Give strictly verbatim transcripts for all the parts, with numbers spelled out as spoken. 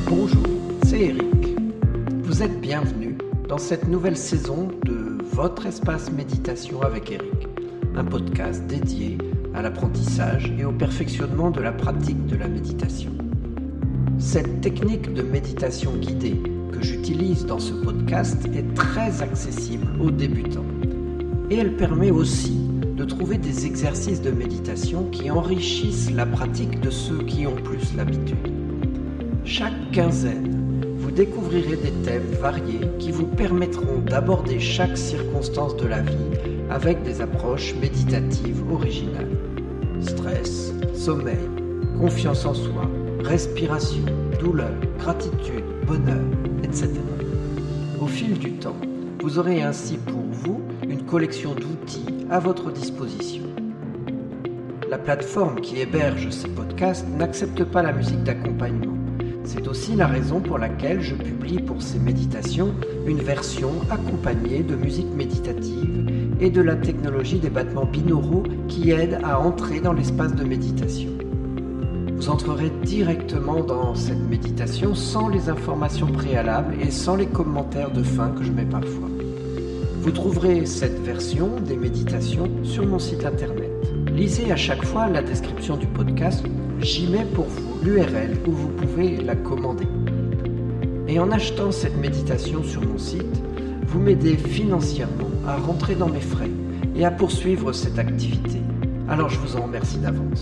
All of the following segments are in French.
Bonjour, c'est Eric. Vous êtes bienvenus dans cette nouvelle saison de Votre Espace Méditation avec Eric, un podcast dédié à l'apprentissage et au perfectionnement de la pratique de la méditation. Cette technique de méditation guidée que j'utilise dans ce podcast est très accessible aux débutants et elle permet aussi de trouver des exercices de méditation qui enrichissent la pratique de ceux qui ont plus l'habitude. Chaque quinzaine, vous découvrirez des thèmes variés qui vous permettront d'aborder chaque circonstance de la vie avec des approches méditatives originales. Stress, sommeil, confiance en soi, respiration, douleur, gratitude, bonheur, et cetera. Au fil du temps, vous aurez ainsi pour vous une collection d'outils à votre disposition. La plateforme qui héberge ces podcasts n'accepte pas la musique d'accompagnement. C'est aussi la raison pour laquelle je publie pour ces méditations une version accompagnée de musique méditative et de la technologie des battements binauraux qui aide à entrer dans l'espace de méditation. Vous entrerez directement dans cette méditation sans les informations préalables et sans les commentaires de fin que je mets parfois. Vous trouverez cette version des méditations sur mon site internet. Lisez à chaque fois la description du podcast, j'y mets pour vous l'U R L où vous pouvez la commander. Et en achetant cette méditation sur mon site, vous m'aidez financièrement à rentrer dans mes frais et à poursuivre cette activité. Alors je vous en remercie d'avance.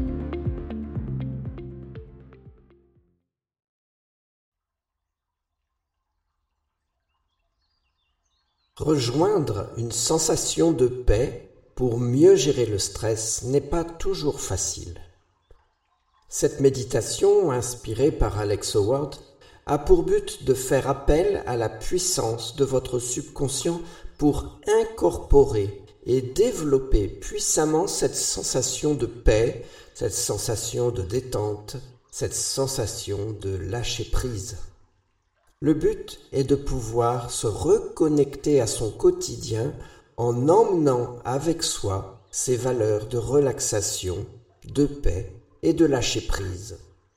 Rejoindre une sensation de paix pour mieux gérer le stress n'est pas toujours facile. Cette méditation, inspirée par Alex Howard, a pour but de faire appel à la puissance de votre subconscient pour incorporer et développer puissamment cette sensation de paix, cette sensation de détente, cette sensation de lâcher prise. Le but est de pouvoir se reconnecter à son quotidien en emmenant avec soi ces valeurs de relaxation, de paix et de lâcher prise.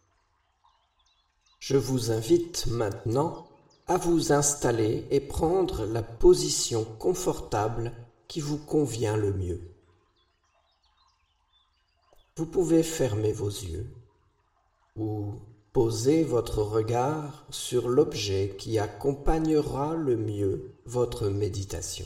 Je vous invite maintenant à vous installer et prendre la position confortable qui vous convient le mieux. Vous pouvez fermer vos yeux ou poser votre regard sur l'objet qui accompagnera le mieux votre méditation.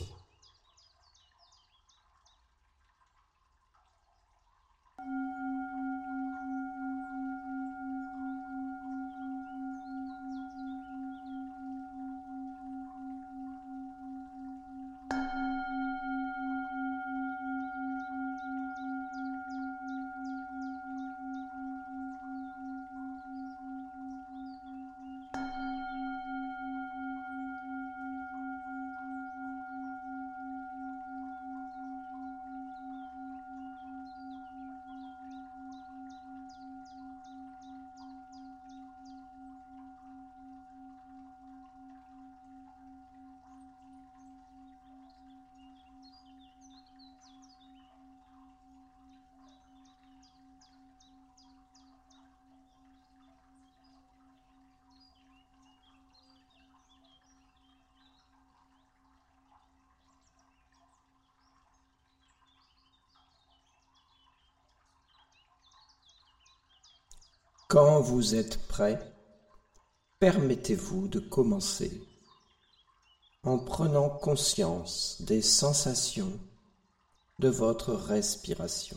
Quand vous êtes prêt, permettez-vous de commencer en prenant conscience des sensations de votre respiration.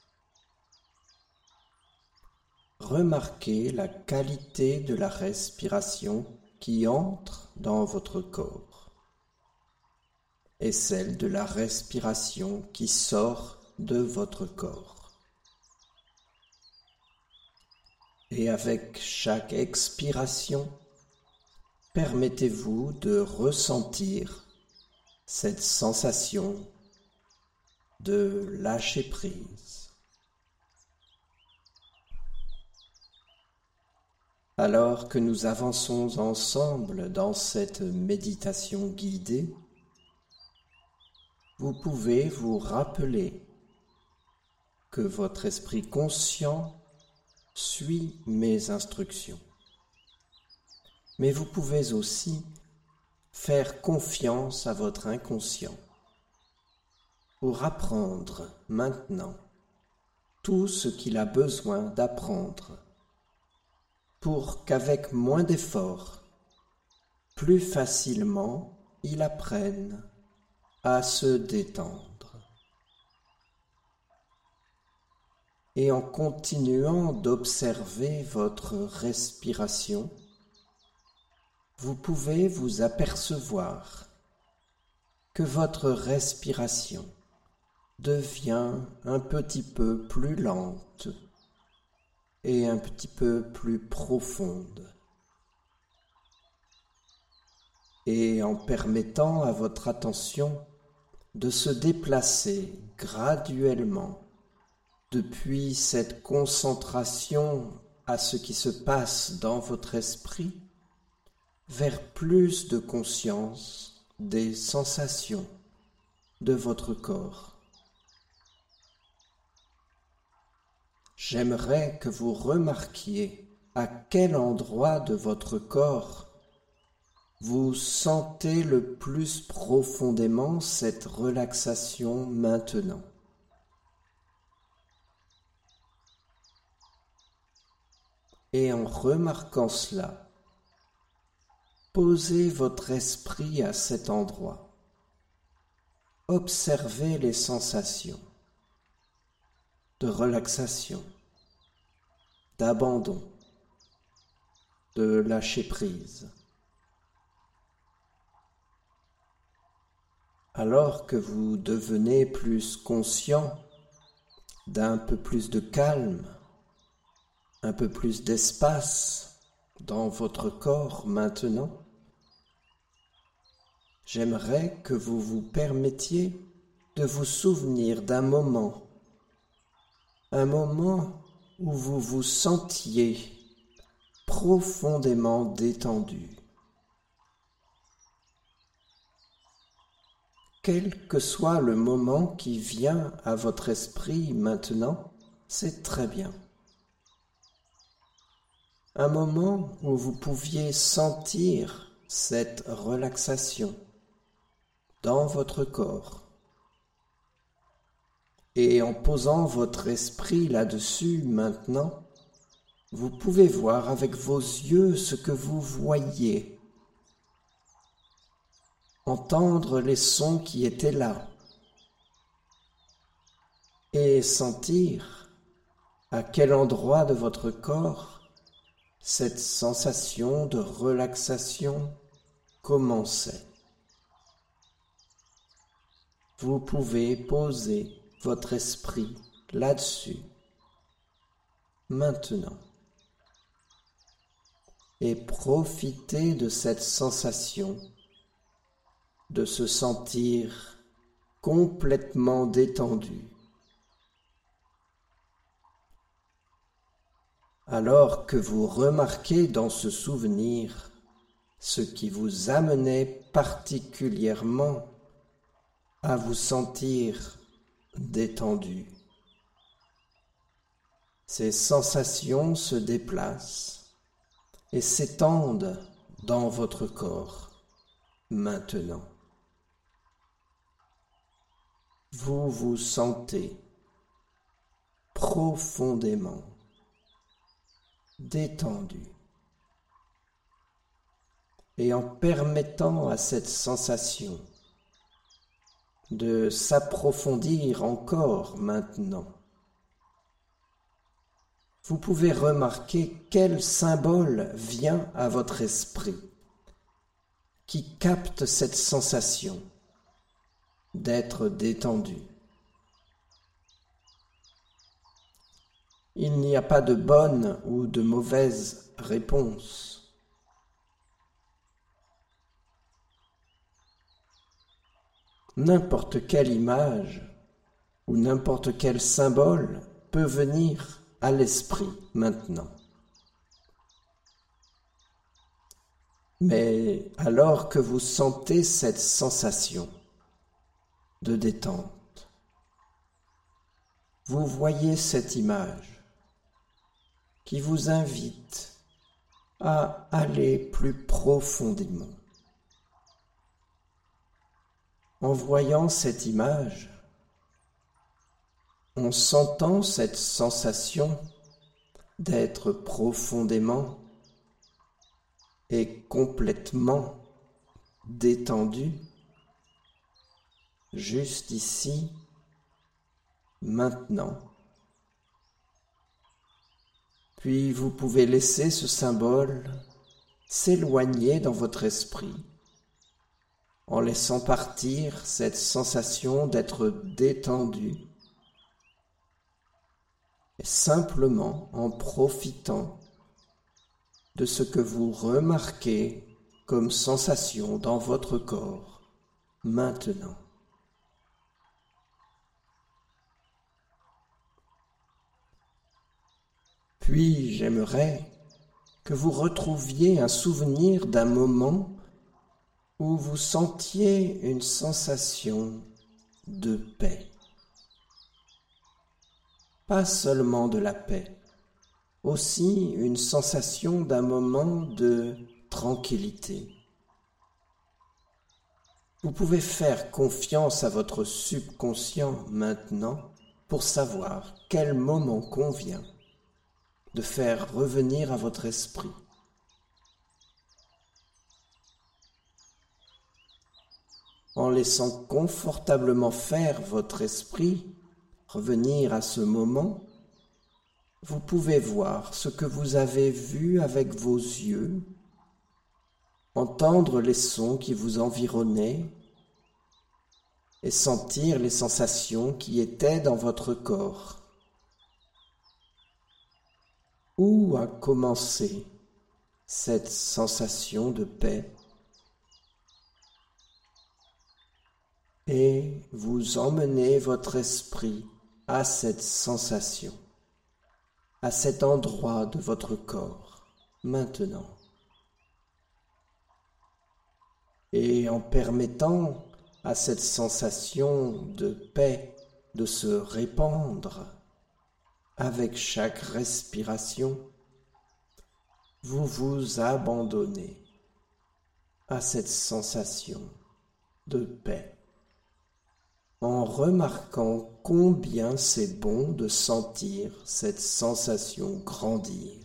Remarquez la qualité de la respiration qui entre dans votre corps et celle de la respiration qui sort de votre corps. Et avec chaque expiration, permettez-vous de ressentir cette sensation de lâcher prise. Alors que nous avançons ensemble dans cette méditation guidée, vous pouvez vous rappeler que votre esprit conscient suit mes instructions. mais vous pouvez aussi faire confiance à votre inconscient pour apprendre maintenant tout ce qu'il a besoin d'apprendre pour qu'avec moins d'efforts, plus facilement, il apprenne à se détendre. Et en continuant d'observer votre respiration, vous pouvez vous apercevoir que votre respiration devient un petit peu plus lente et un petit peu plus profonde. Et en permettant à votre attention de se déplacer graduellement depuis cette concentration à ce qui se passe dans votre esprit vers plus de conscience des sensations de votre corps. J'aimerais que vous remarquiez à quel endroit de votre corps vous sentez le plus profondément cette relaxation maintenant. Et en remarquant cela, posez votre esprit à cet endroit. Observez les sensations de relaxation, d'abandon, de lâcher prise. Alors que vous devenez plus conscient d'un peu plus de calme, un peu plus d'espace dans votre corps maintenant, j'aimerais que vous vous permettiez de vous souvenir d'un moment, un moment où vous vous sentiez profondément détendu. Quel que soit le moment qui vient à votre esprit maintenant, c'est très bien. Un moment où vous pouviez sentir cette relaxation dans votre corps. Et en posant votre esprit là-dessus maintenant, vous pouvez voir avec vos yeux ce que vous voyez. Entendre les sons qui étaient là et sentir à quel endroit de votre corps cette sensation de relaxation commençait. Vous pouvez poser votre esprit là-dessus maintenant et profiter de cette sensation de se sentir complètement détendu. Alors que vous remarquez dans ce souvenir ce qui vous amenait particulièrement à vous sentir détendu, ces sensations se déplacent et s'étendent dans votre corps maintenant. Vous vous sentez profondément détendu. Et en permettant à cette sensation de s'approfondir encore maintenant, vous pouvez remarquer quel symbole vient à votre esprit qui capte cette sensation d'être détendu. Il n'y a pas de bonne ou de mauvaise réponse. N'importe quelle image ou n'importe quel symbole peut venir à l'esprit maintenant. Mais alors que vous sentez cette sensation de détente, vous voyez cette image qui vous invite à aller plus profondément. En voyant cette image, en sentant cette sensation d'être profondément et complètement détendu, juste ici, maintenant. Puis vous pouvez laisser ce symbole s'éloigner dans votre esprit, en laissant partir cette sensation d'être détendu, et simplement en profitant de ce que vous remarquez comme sensation dans votre corps maintenant. Puis j'aimerais que vous retrouviez un souvenir d'un moment où vous sentiez une sensation de paix. Pas seulement de la paix, aussi une sensation d'un moment de tranquillité. Vous pouvez faire confiance à votre subconscient maintenant pour savoir quel moment convient de faire revenir à votre esprit. En laissant confortablement faire votre esprit revenir à ce moment, vous pouvez voir ce que vous avez vu avec vos yeux, entendre les sons qui vous environnaient et sentir les sensations qui étaient dans votre corps. Où a commencé cette sensation de paix? Et vous emmenez votre esprit à cette sensation, à cet endroit de votre corps, maintenant. Et en permettant à cette sensation de paix de se répandre avec chaque respiration, vous vous abandonnez à cette sensation de paix, en remarquant combien c'est bon de sentir cette sensation grandir.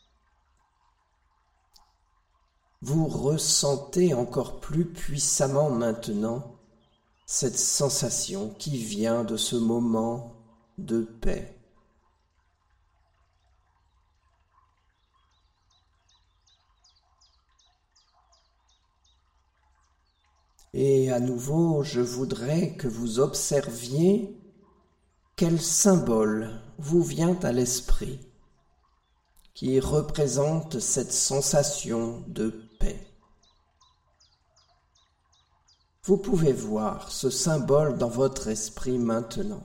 Vous ressentez encore plus puissamment maintenant cette sensation qui vient de ce moment de paix. Et à nouveau, je voudrais que vous observiez quel symbole vous vient à l'esprit qui représente cette sensation de paix. Vous pouvez voir ce symbole dans votre esprit maintenant,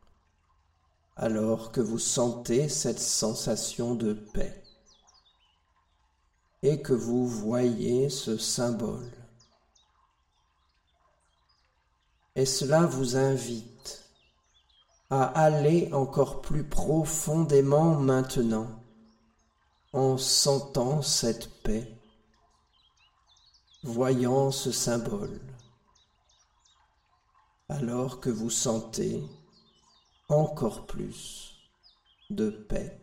alors que vous sentez cette sensation de paix et que vous voyez ce symbole. Et cela vous invite à aller encore plus profondément maintenant en sentant cette paix, voyant ce symbole, alors que vous sentez encore plus de paix.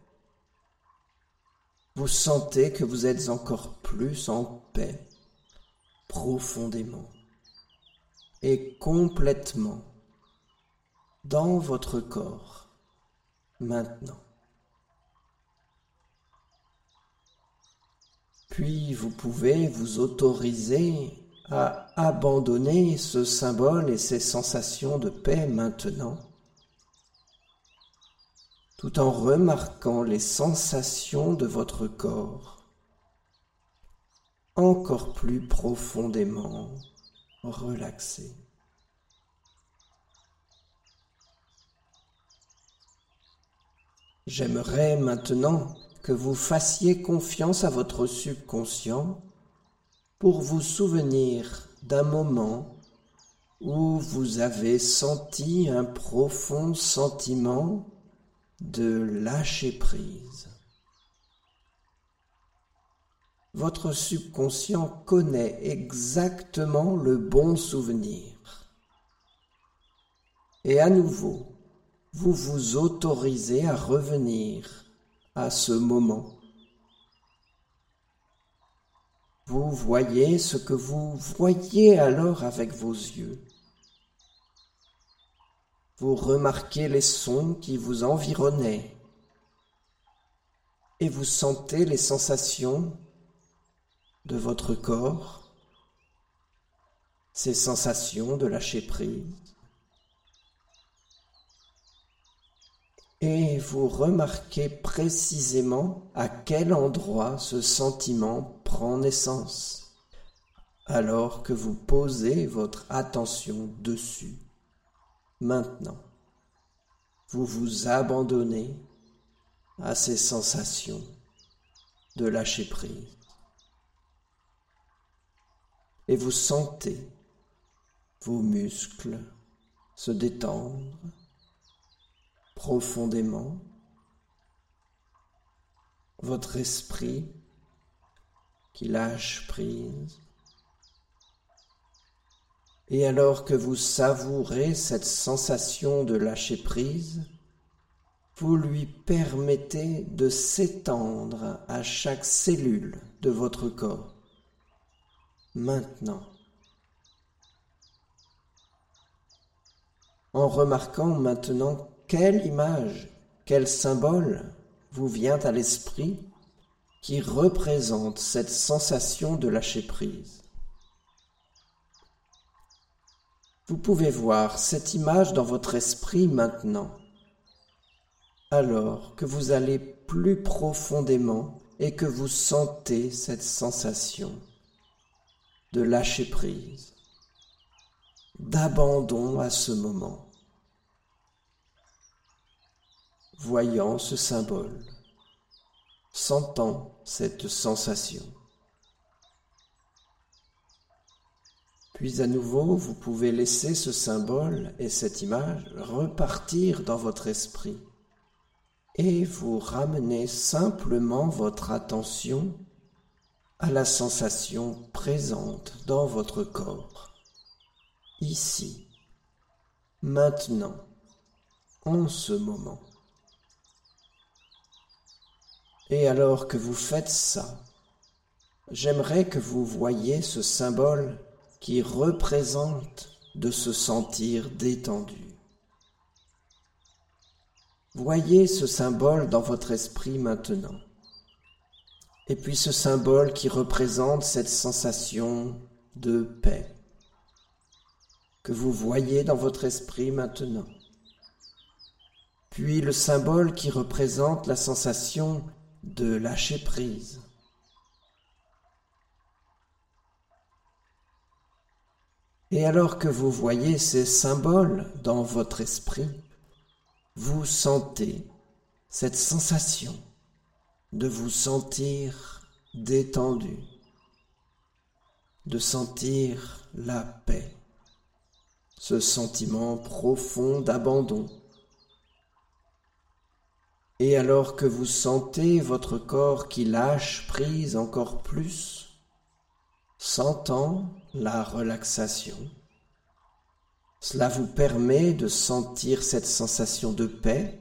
Vous sentez que vous êtes encore plus en paix, profondément et complètement dans votre corps, maintenant. Puis vous pouvez vous autoriser à abandonner ce symbole et ces sensations de paix maintenant, tout en remarquant les sensations de votre corps encore plus profondément relaxé. J'aimerais maintenant que vous fassiez confiance à votre subconscient pour vous souvenir d'un moment où vous avez senti un profond sentiment de lâcher prise. votre subconscient connaît exactement le bon souvenir. Et à nouveau, vous vous autorisez à revenir à ce moment. Vous voyez ce que vous voyez alors avec vos yeux. Vous remarquez les sons qui vous environnaient et vous sentez les sensations de votre corps, ces sensations de lâcher prise. Et vous remarquez précisément à quel endroit ce sentiment prend naissance, alors que vous posez votre attention dessus. Maintenant, vous vous abandonnez à ces sensations de lâcher prise. Et vous sentez vos muscles se détendre profondément, votre esprit qui lâche prise. Et alors que vous savourez cette sensation de lâcher prise, vous lui permettez de s'étendre à chaque cellule de votre corps. Maintenant, en remarquant maintenant quelle image, quel symbole vous vient à l'esprit qui représente cette sensation de lâcher prise. Vous pouvez voir cette image dans votre esprit maintenant, alors que vous allez plus profondément et que vous sentez cette sensation de lâcher prise, d'abandon à ce moment. Voyant ce symbole, sentant cette sensation. Puis à nouveau, vous pouvez laisser ce symbole et cette image repartir dans votre esprit et vous ramener simplement votre attention à la sensation présente dans votre corps, ici, maintenant, en ce moment. Et alors que vous faites ça, j'aimerais que vous voyiez ce symbole qui représente de se sentir détendu. Voyez ce symbole dans votre esprit maintenant. Et puis ce symbole qui représente cette sensation de paix que vous voyez dans votre esprit maintenant. Puis le symbole qui représente la sensation de lâcher prise. Et alors que vous voyez ces symboles dans votre esprit, vous sentez cette sensation de vous sentir détendu, de sentir la paix, ce sentiment profond d'abandon. Et alors que vous sentez votre corps qui lâche prise encore plus, sentant la relaxation, cela vous permet de sentir cette sensation de paix.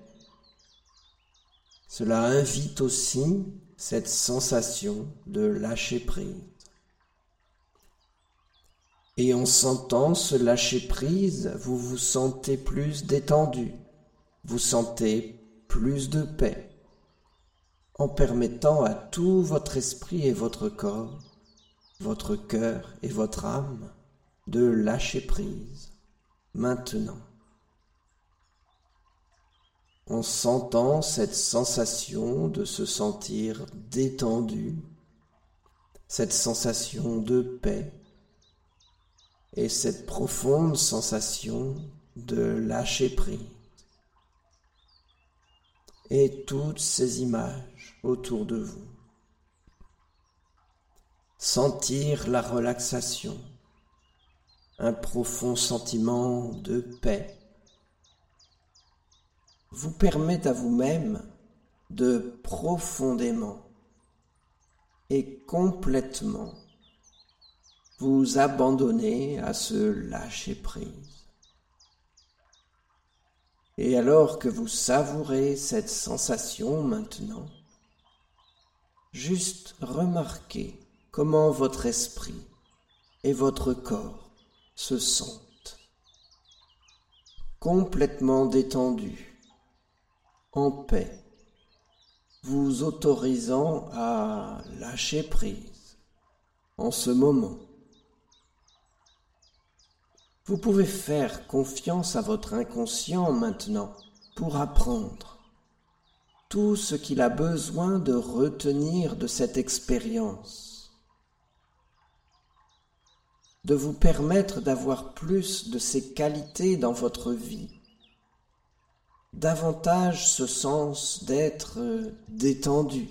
Cela invite aussi cette sensation de lâcher prise. Et en sentant ce lâcher prise, vous vous sentez plus détendu, vous sentez plus de paix, en permettant à tout votre esprit et votre corps, votre cœur et votre âme de lâcher prise, maintenant. En sentant cette sensation de se sentir détendu, cette sensation de paix et cette profonde sensation de lâcher prise. Et toutes ces images autour de vous. Sentir la relaxation, un profond sentiment de paix, vous permet à vous-même de profondément et complètement vous abandonner à ce lâcher-prise. Et alors que vous savourez cette sensation maintenant, juste remarquez comment votre esprit et votre corps se sentent, complètement détendus, en paix, vous autorisant à lâcher prise en ce moment. Vous pouvez faire confiance à votre inconscient maintenant pour apprendre tout ce qu'il a besoin de retenir de cette expérience, de vous permettre d'avoir plus de ces qualités dans votre vie, davantage ce sens d'être détendu,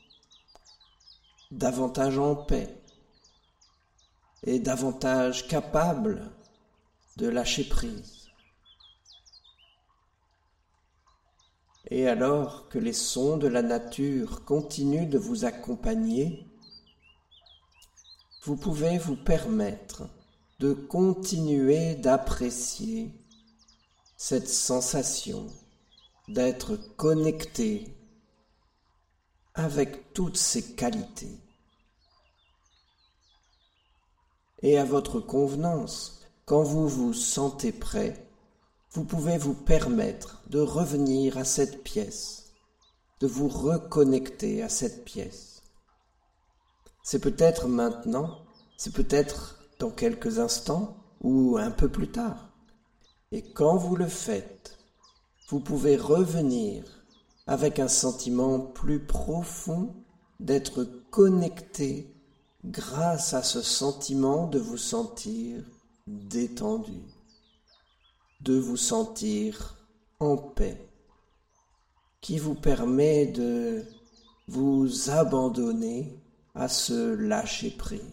davantage en paix et davantage capable de lâcher prise. Et alors que les sons de la nature continuent de vous accompagner, vous pouvez vous permettre de continuer d'apprécier cette sensation d'être connecté avec toutes ses qualités. Et à votre convenance, quand vous vous sentez prêt, vous pouvez vous permettre de revenir à cette pièce, de vous reconnecter à cette pièce. C'est peut-être maintenant, c'est peut-être dans quelques instants ou un peu plus tard. Et quand vous le faites, vous pouvez revenir avec un sentiment plus profond d'être connecté grâce à ce sentiment de vous sentir détendu, de vous sentir en paix, qui vous permet de vous abandonner à ce lâcher-prise.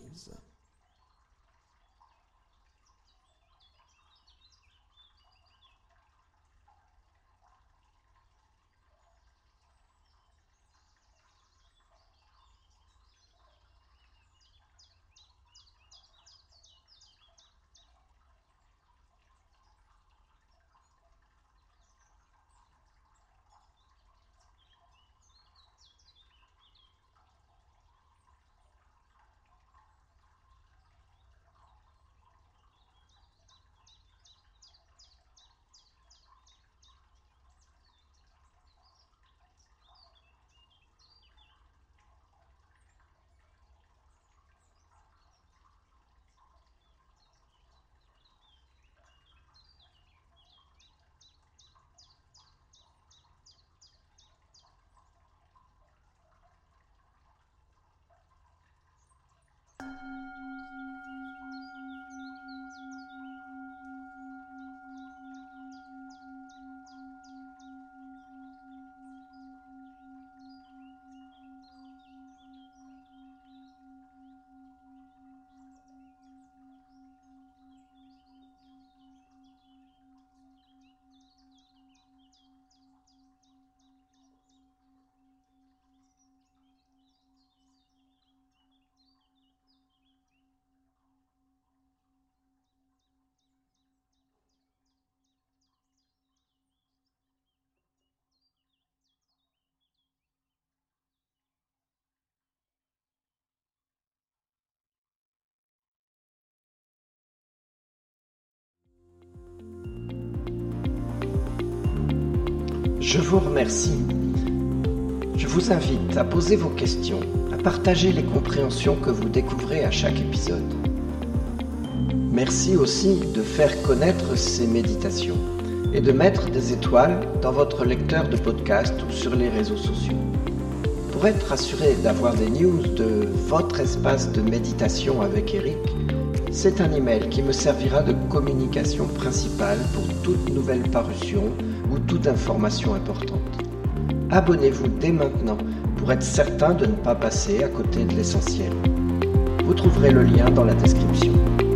Je vous remercie. Je vous invite à poser vos questions, à partager les compréhensions que vous découvrez à chaque épisode. Merci aussi de faire connaître ces méditations et de mettre des étoiles dans votre lecteur de podcast ou sur les réseaux sociaux. Pour être assuré d'avoir des news de votre espace de méditation avec Eric, c'est un email qui me servira de communication principale pour toute nouvelle parution ou toute information importante. Abonnez-vous dès maintenant pour être certain de ne pas passer à côté de l'essentiel. Vous trouverez le lien dans la description.